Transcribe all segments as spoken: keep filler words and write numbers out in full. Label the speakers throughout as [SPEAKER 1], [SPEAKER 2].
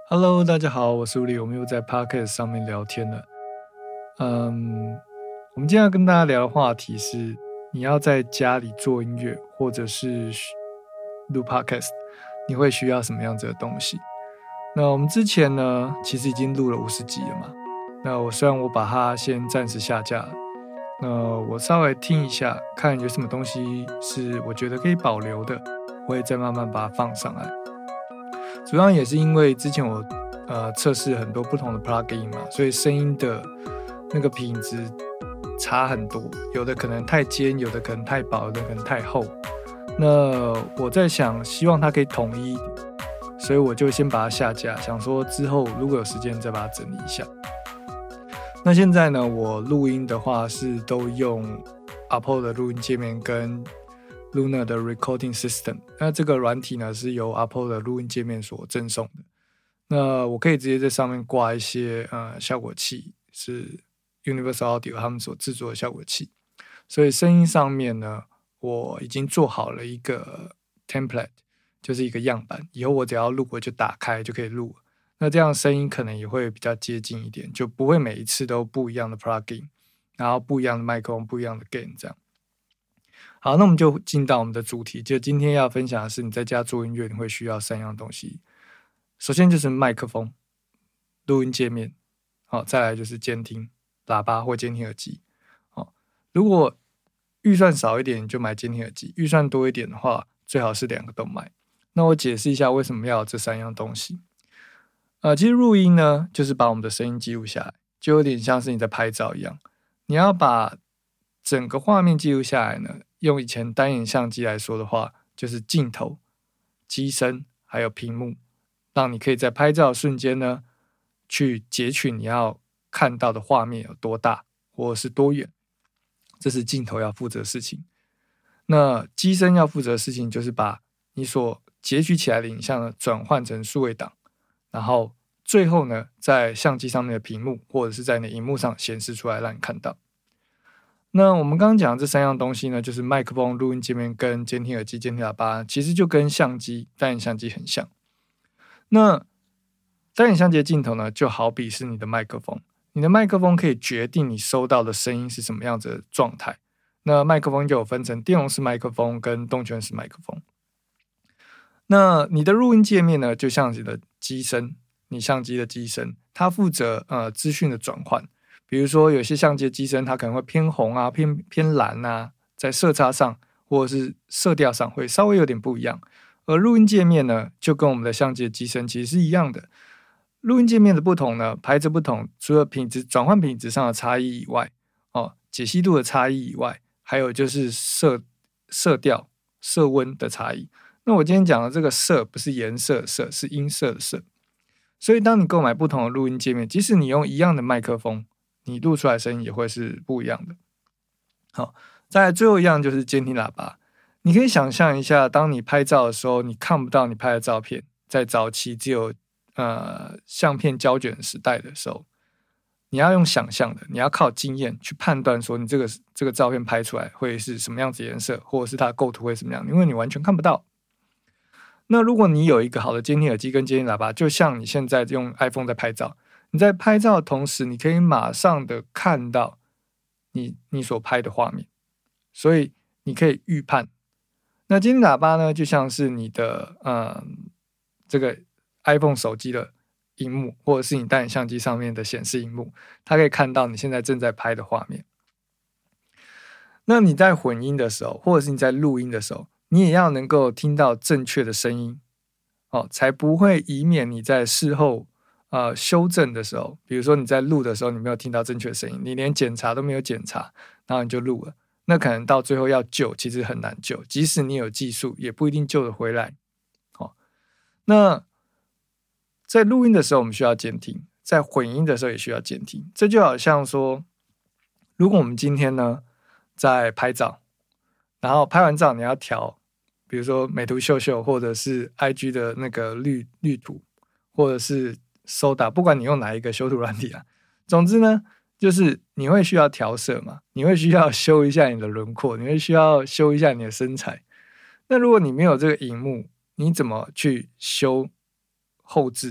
[SPEAKER 1] Hello， 大家好，我是吴力，我们又在 Podcast 上面聊天了。嗯，我们今天要跟大家聊的话题是，你要在家里做音乐，或者是录 Podcast， 你会需要什么样子的东西？那我们之前呢，其实已经录了五十集了嘛。那我虽然我把它先暂时下架了，那我稍微听一下，看有什么东西是我觉得可以保留的，我会再慢慢把它放上来。主要也是因为之前我呃测试很多不同的 plugin 嘛，所以声音的那个品质差很多，有的可能太尖，有的可能太薄，有的可能太厚。那我在想，希望它可以统一一点，所以我就先把它下架，想说之后如果有时间再把它整理一下。那现在呢，我录音的话是都用 Apple 的录音界面跟Luna 的 Recording System， 那这个软体呢是由 Apple 的录音界面所赠送的。那我可以直接在上面挂一些呃效果器，是 Universal Audio 他们所制作的效果器。所以声音上面呢，我已经做好了一个 template， 就是一个样板。以后我只要录，我就打开就可以录。那这样声音可能也会比较接近一点，就不会每一次都不一样的 plugin， 然后不一样的麦克风，不一样的 gain 这样。好，那我们就进到我们的主题，就今天要分享的是你在家做音乐你会需要三样东西。首先就是麦克风、录音界面，好，再来就是监听、喇叭或监听耳机。好，如果预算少一点，你就买监听耳机；预算多一点的话，最好是两个都买。那我解释一下为什么要有这三样东西。呃，其实录音呢，就是把我们的声音记录下来，就有点像是你在拍照一样。你要把整个画面记录下来呢，用以前单眼相机来说的话，就是镜头、机身还有屏幕，让你可以在拍照的瞬间呢，去截取你要看到的画面有多大或者是多远，这是镜头要负责的事情。那机身要负责的事情就是把你所截取起来的影像呢，转换成数位档，然后最后呢，在相机上面的屏幕或者是在你的荧幕上显示出来让你看到。那我们刚刚讲的这三样东西呢，就是麦克风、录音界面跟监听耳机、监听喇叭，其实就跟相机、单眼相机很像。那单眼相机的镜头呢，就好比是你的麦克风，你的麦克风可以决定你收到的声音是什么样子的状态。那麦克风就有分成电容式麦克风跟动圈式麦克风。那你的录音界面呢，就像你的机身，你相机的机身，它负责呃资讯的转换。比如说有些相机的机身它可能会偏红啊，偏偏蓝啊，在色差上或者是色调上会稍微有点不一样。而录音界面呢，就跟我们的相机的机身其实是一样的。录音界面的不同呢，牌子不同，除了品质转换品质上的差异以外，哦，解析度的差异以外，还有就是色色调、色温的差异。那我今天讲的这个色不是颜色的色，是音色的色。所以当你购买不同的录音界面，即使你用一样的麦克风，你录出来的声音也会是不一样的。好，再来最后一样就是监听喇叭。你可以想象一下，当你拍照的时候，你看不到你拍的照片，在早期只有呃相片胶卷时代的时候，你要用想象的，你要靠经验去判断说你这个这个照片拍出来会是什么样子颜色，或者是它的构图会什么样，因为你完全看不到。那如果你有一个好的监听耳机跟监听喇叭，就像你现在用 iPhone 在拍照，你在拍照的同时，你可以马上的看到你你所拍的画面，所以你可以预判。那监听喇叭呢，就像是你的嗯这个 iPhone 手机的萤幕，或者是你单眼相机上面的显示萤幕，它可以看到你现在正在拍的画面。那你在混音的时候，或者是你在录音的时候，你也要能够听到正确的声音，哦，才不会以免你在事后呃修正的时候，比如说你在录的时候你没有听到正确的声音，你连检查都没有检查，然后你就录了，那可能到最后要救其实很难救，即使你有技术也不一定救得回来。哦，那在录音的时候我们需要监听，在混音的时候也需要监听。这就好像说，如果我们今天呢在拍照，然后拍完照你要调，比如说美图秀秀或者是 I G 的那个绿绿图，或者是 Soda， 不管你用哪一个修图软体啊，总之呢就是你会需要调色嘛，你会需要修一下你的轮廓，你会需要修一下你的身材。那如果你没有这个荧幕，你怎么去修后置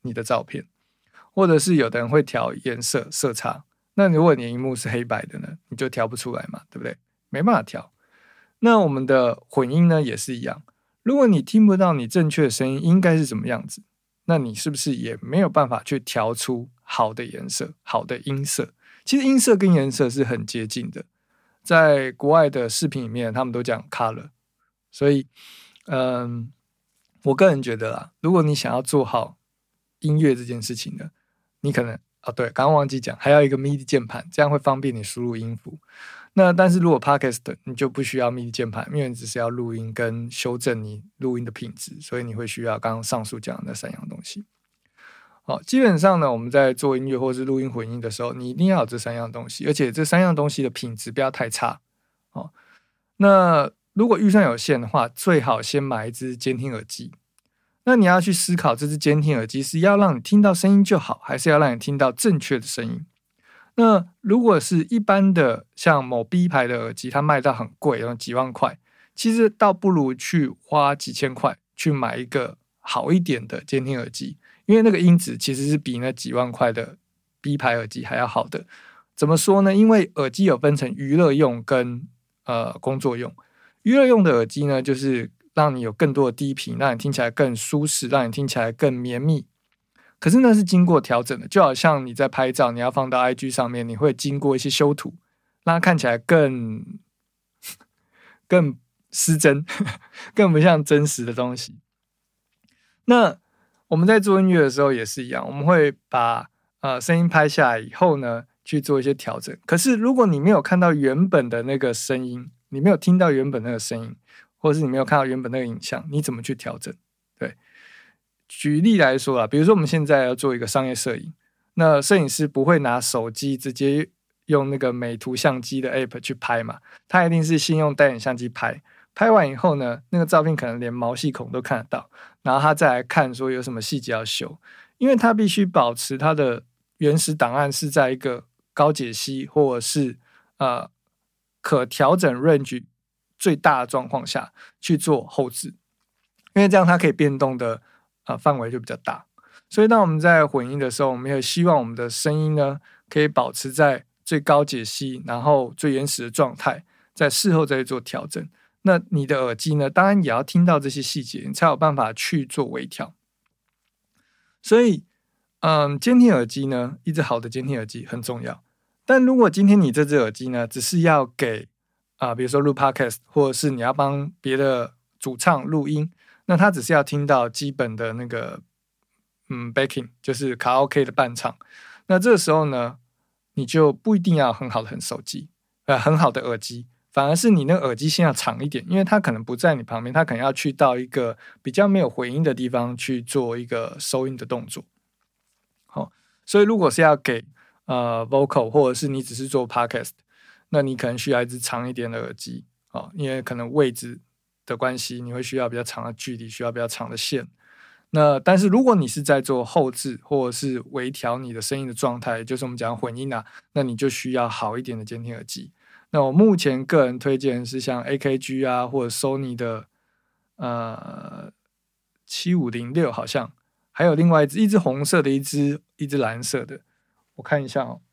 [SPEAKER 1] 你的照片，或者是有的人会调颜色色差，那如果你的萤幕是黑白的呢，你就调不出来嘛，对不对？没办法调。那我们的混音呢也是一样，如果你听不到你正确的声音应该是什么样子，那你是不是也没有办法去调出好的颜色、好的音色？其实音色跟颜色是很接近的，在国外的视频里面他们都讲 color， 所以嗯，我个人觉得啦，如果你想要做好音乐这件事情呢，你可能哦对，刚刚忘记讲，还要一个 M I D I 键盘，这样会方便你输入音符。那但是如果 Podcast 你就不需要 M I D I 键盘，因为你只是要录音跟修正你录音的品质，所以你会需要刚刚上述讲的那三样东西。好，基本上呢，我们在做音乐或是录音混音的时候，你一定要有这三样东西，而且这三样东西的品质不要太差。哦，那如果预算有限的话，最好先买一支监听耳机。那你要去思考，这支监听耳机是要让你听到声音就好，还是要让你听到正确的声音？那如果是一般的，像某 B 牌的耳机，它卖到很贵，有几万块，其实倒不如去花几千块去买一个好一点的监听耳机，因为那个音质其实是比那几万块的 B 牌耳机还要好的。怎么说呢？因为耳机有分成娱乐用跟呃工作用。娱乐用的耳机呢，就是让你有更多的低频，让你听起来更舒适，让你听起来更绵密。可是那是经过调整的，就好像你在拍照，你要放到 I G 上面，你会经过一些修图，让它看起来更更失真，更不像真实的东西。那我们在做音乐的时候也是一样，我们会把呃声音拍下来以后呢，去做一些调整。可是如果你没有看到原本的那个声音，你没有听到原本那个声音，或者是你没有看到原本那个影像，你怎么去调整？对。举例来说啦，比如说我们现在要做一个商业摄影，那摄影师不会拿手机直接用那个美图相机的 app 去拍嘛，他一定是先用单眼相机拍，拍完以后呢，那个照片可能连毛细孔都看得到，然后他再来看说有什么细节要修，因为他必须保持他的原始档案是在一个高解析或者是呃可调整 range 最大的状况下去做后置，因为这样它可以变动的呃，范围就比较大，所以当我们在混音的时候，我们也希望我们的声音呢可以保持在最高解析，然后最原始的状态，在事后再做调整。那你的耳机呢，当然也要听到这些细节，你才有办法去做微调。所以，嗯，监听耳机呢，一只好的监听耳机很重要。但如果今天你这只耳机呢，只是要给啊、呃，比如说录 podcast， 或者是你要帮别的主唱录音。那他只是要听到基本的那个嗯 backing， 就是卡拉 OK 的伴唱。那这个时候呢，你就不一定要很好的很手机，呃，很好的耳机，反而是你那个耳机线要长一点，因为它可能不在你旁边，它可能要去到一个比较没有回音的地方去做一个收音的动作。好、哦，所以如果是要给呃 vocal， 或者是你只是做 podcast， 那你可能需要一支长一点的耳机，哦，因为可能位置的关系，你会需要比较长的距离，需要比较长的线。那但是如果你是在做后置或者是微调你的声音的状态，也就是我们讲混音啊，那你就需要好一点的监听耳机。那我目前个人推荐是像 A K G 啊，或者 Sony 的呃七五零六好像，还有另外一支一支红色的，一支一支蓝色的，我看一下哦。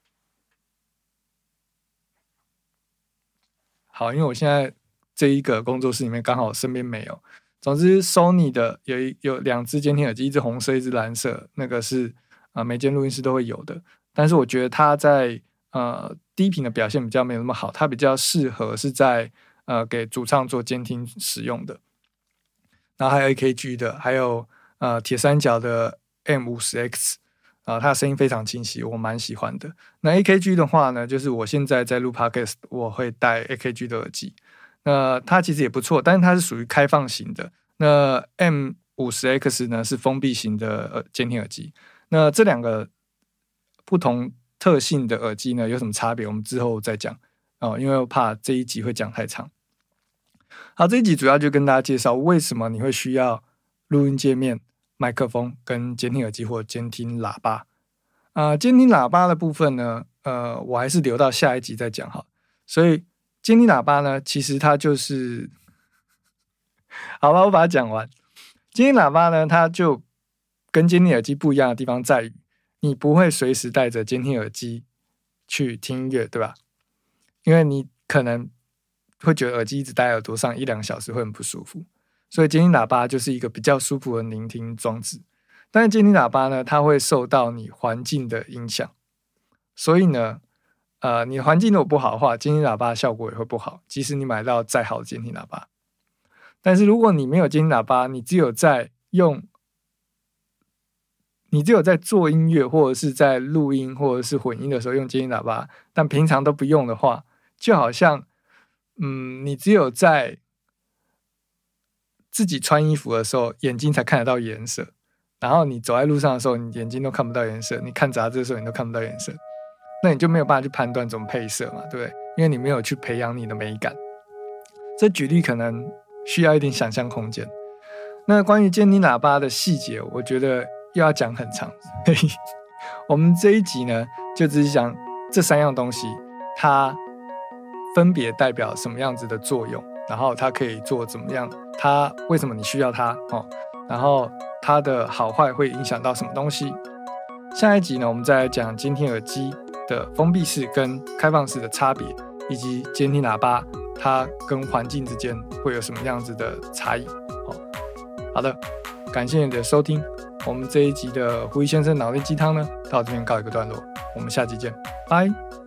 [SPEAKER 1] 好，因为我现在这一个工作室里面刚好身边没有。总之 Sony 的有一有两支监听耳机，一支红色一支蓝色，那个是、呃、每间录音室都会有的，但是我觉得它在呃低频的表现比较没有那么好，它比较适合是在呃给主唱做监听使用的。然后还有 A K G 的，还有呃铁三角的 M 五十 X， 啊、呃，它的声音非常清晰，我蛮喜欢的。那 A K G 的话呢，就是我现在在录 Podcast， 我会戴 A K G 的耳机。那它其实也不错，但是它是属于开放型的。那 M 五十 X 呢是封闭型的呃监听耳机。那这两个不同特性的耳机呢有什么差别？我们之后再讲哦，因为我怕这一集会讲太长。好，这一集主要就跟大家介绍为什么你会需要录音界面、麦克风跟监听耳机或监听喇叭。啊、呃，监听喇叭的部分呢，呃，我还是留到下一集再讲好。所以监听喇叭呢，其实它就是好吧，我把它讲完。监听喇叭呢，它就跟监听耳机不一样的地方在于，你不会随时带着监听耳机去听音乐，对吧？因为你可能会觉得耳机一直戴耳朵上一两个小时会很不舒服，所以监听喇叭就是一个比较舒服的聆听装置。但是监听喇叭呢，它会受到你环境的影响，所以呢，呃，你的环境如果不好的话，监听喇叭的效果也会不好，即使你买到再好的监听喇叭。但是如果你没有监听喇叭，你只有在用，你只有在做音乐或者是在录音或者是混音的时候用监听喇叭，但平常都不用的话，就好像，嗯，你只有在自己穿衣服的时候，眼睛才看得到颜色，然后你走在路上的时候，你眼睛都看不到颜色，你看杂志的时候，你都看不到颜色，那你就没有办法去判断怎么配色嘛，对不对？因为你没有去培养你的美感。这举例可能需要一点想象空间。那关于监听喇叭的细节，我觉得又要讲很长，所以我们这一集呢，就只是讲这三样东西，它分别代表什么样子的作用，然后它可以做怎么样，它为什么你需要它、哦、然后它的好坏会影响到什么东西。下一集呢，我们再来讲监听耳机的封闭式跟开放式的差别，以及监听喇叭它跟环境之间会有什么样子的差异。好的，感谢你的收听，我们这一集的胡一先生脑力鸡汤呢，到这边告一个段落，我们下集见，拜。